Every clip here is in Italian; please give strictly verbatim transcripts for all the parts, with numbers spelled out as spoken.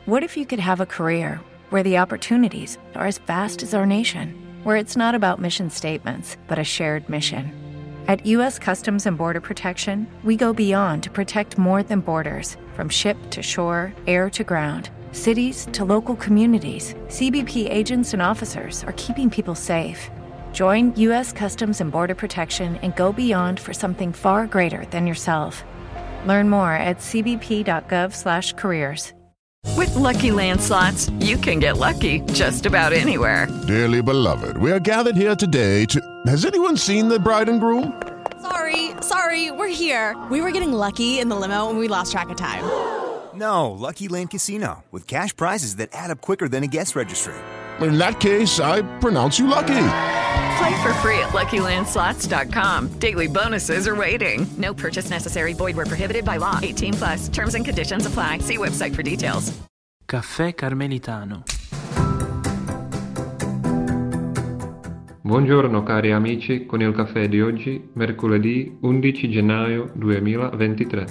What if you could have a career where the opportunities are as vast as our nation, where it's not about mission statements, but a shared mission? At U S Customs and Border Protection, we go beyond to protect more than borders. From ship to shore, air to ground, cities to local communities, C B P agents and officers are keeping people safe. Join U S Customs and Border Protection and go beyond for something far greater than yourself. Learn more at cbp.gov slash careers. With Lucky Land Slots, you can get lucky just about anywhere. Dearly beloved, we are gathered here today to... Has anyone seen the bride and groom? Sorry, sorry, we're here. We were getting lucky in the limo and we lost track of time. No, Lucky Land Casino, with cash prizes that add up quicker than a guest registry. In that case, I pronounce you lucky. Play for free at lucky land slots dot com. Daily bonuses are waiting. No purchase necessary. Void where prohibited by law. eighteen plus. Terms and conditions apply. See website for details. Caffè Carmelitano. Buongiorno cari amici con il caffè di oggi, mercoledì undici gennaio duemilaventitré.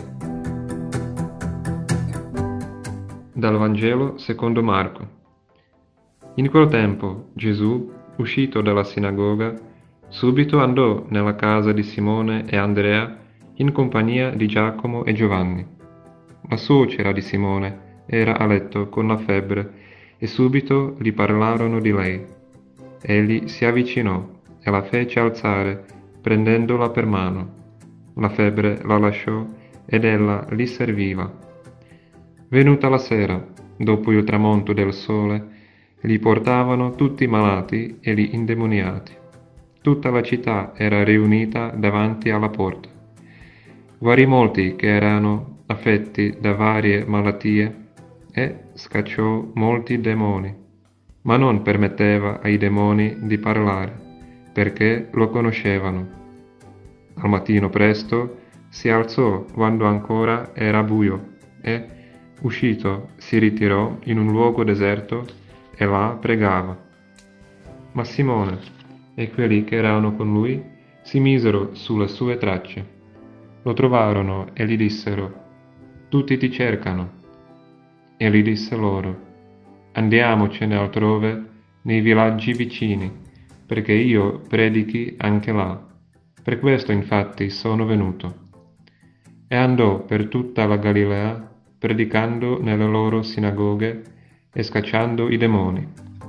Dal Vangelo secondo Marco. In quel tempo Gesù, uscito dalla sinagoga, subito andò nella casa di Simone e Andrea in compagnia di Giacomo e Giovanni. La suocera di Simone era a letto con la febbre e subito gli parlarono di lei. Egli si avvicinò e la fece alzare, prendendola per mano. La febbre la lasciò ed ella li serviva. Venuta la sera, dopo il tramonto del sole, li portavano tutti malati e gli indemoniati. Tutta la città era riunita davanti alla porta. Guarì molti che erano affetti da varie malattie e scacciò molti demoni, ma non permetteva ai demoni di parlare, perché lo conoscevano. Al mattino presto si alzò quando ancora era buio e, uscito, si ritirò in un luogo deserto e là pregava. Ma Simone e quelli che erano con lui si misero sulle sue tracce. Lo trovarono e gli dissero: «Tutti ti cercano». Egli disse loro: «Andiamocene altrove, nei villaggi vicini, perché io predichi anche là. Per questo infatti sono venuto». E andò per tutta la Galilea, predicando nelle loro sinagoghe e scacciando i demoni.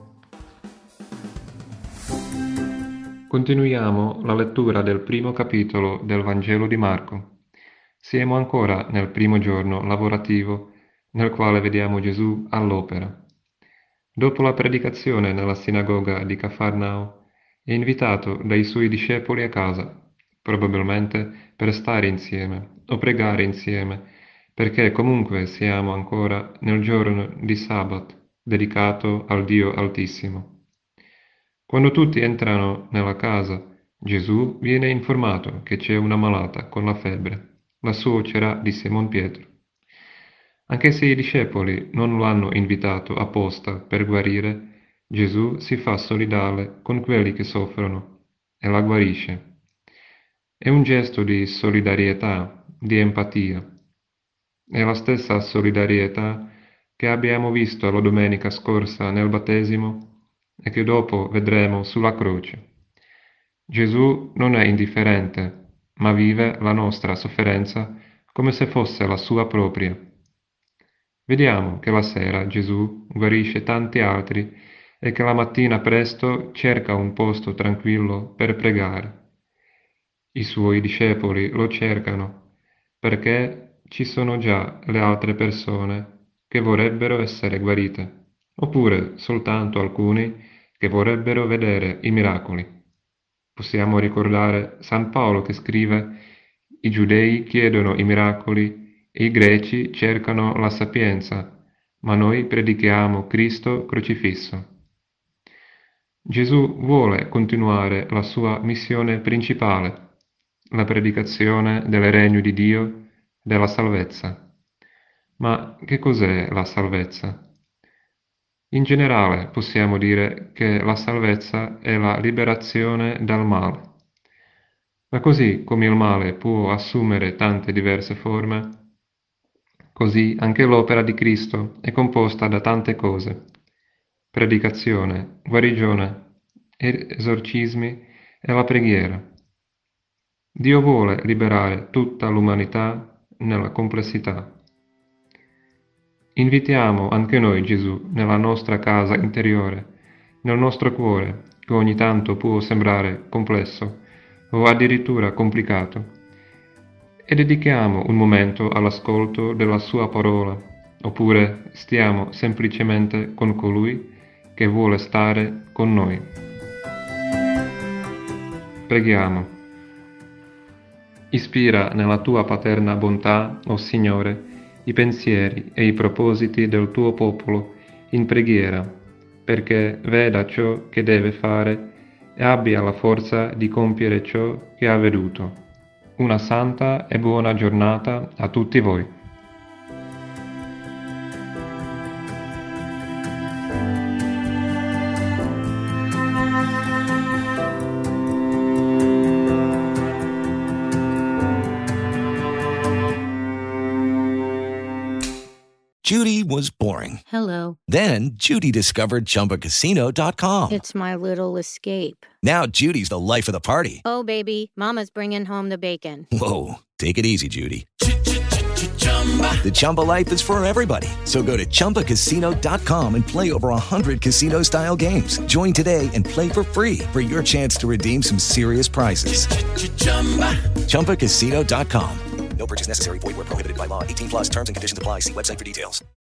Continuiamo la lettura del primo capitolo del Vangelo di Marco. Siamo ancora nel primo giorno lavorativo nel quale vediamo Gesù all'opera. Dopo la predicazione nella sinagoga di Cafarnao, è invitato dai suoi discepoli a casa, probabilmente per stare insieme o pregare insieme, perché comunque siamo ancora nel giorno di Sabat, dedicato al Dio Altissimo. Quando tutti entrano nella casa, Gesù viene informato che c'è una malata con la febbre, la suocera di Simon Pietro. Anche se i discepoli non lo hanno invitato apposta per guarire, Gesù si fa solidale con quelli che soffrono e la guarisce. È un gesto di solidarietà, di empatia. È la stessa solidarietà che abbiamo visto la domenica scorsa nel battesimo e che dopo vedremo sulla croce. Gesù non è indifferente, ma vive la nostra sofferenza come se fosse la sua propria. Vediamo che la sera Gesù guarisce tanti altri e che la mattina presto cerca un posto tranquillo per pregare. I suoi discepoli lo cercano perché ci sono già le altre persone che vorrebbero essere guarite, oppure soltanto alcuni che vorrebbero vedere i miracoli. Possiamo ricordare San Paolo che scrive: «I giudei chiedono i miracoli e i greci cercano la sapienza, ma noi predichiamo Cristo crocifisso». Gesù vuole continuare la sua missione principale, la predicazione del regno di Dio, della salvezza. Ma che cos'è la salvezza? In generale possiamo dire che la salvezza è la liberazione dal male. Ma così come il male può assumere tante diverse forme, Così anche l'opera di Cristo è composta da tante cose: predicazione, guarigione, esorcismi e la preghiera. Dio vuole liberare tutta l'umanità nella complessità. Invitiamo anche noi Gesù nella nostra casa interiore, nel nostro cuore, che ogni tanto può sembrare complesso o addirittura complicato, e dedichiamo un momento all'ascolto della sua parola, oppure stiamo semplicemente con colui che vuole stare con noi. Preghiamo. Ispira nella tua paterna bontà, o Signore, i pensieri e i propositi del tuo popolo in preghiera, perché veda ciò che deve fare e abbia la forza di compiere ciò che ha veduto. Una santa e buona giornata a tutti voi. Judy was boring. Hello. Then Judy discovered Chumba Casino dot com. It's my little escape. Now Judy's the life of the party. Oh, baby, mama's bringing home the bacon. Whoa, take it easy, Judy. The Chumba life is for everybody. So go to Chumba Casino dot com and play over one hundred casino-style games. Join today and play for free for your chance to redeem some serious prizes. Chumba Casino dot com. No purchase necessary. Void where prohibited by law. eighteen plus terms and conditions apply. See website for details.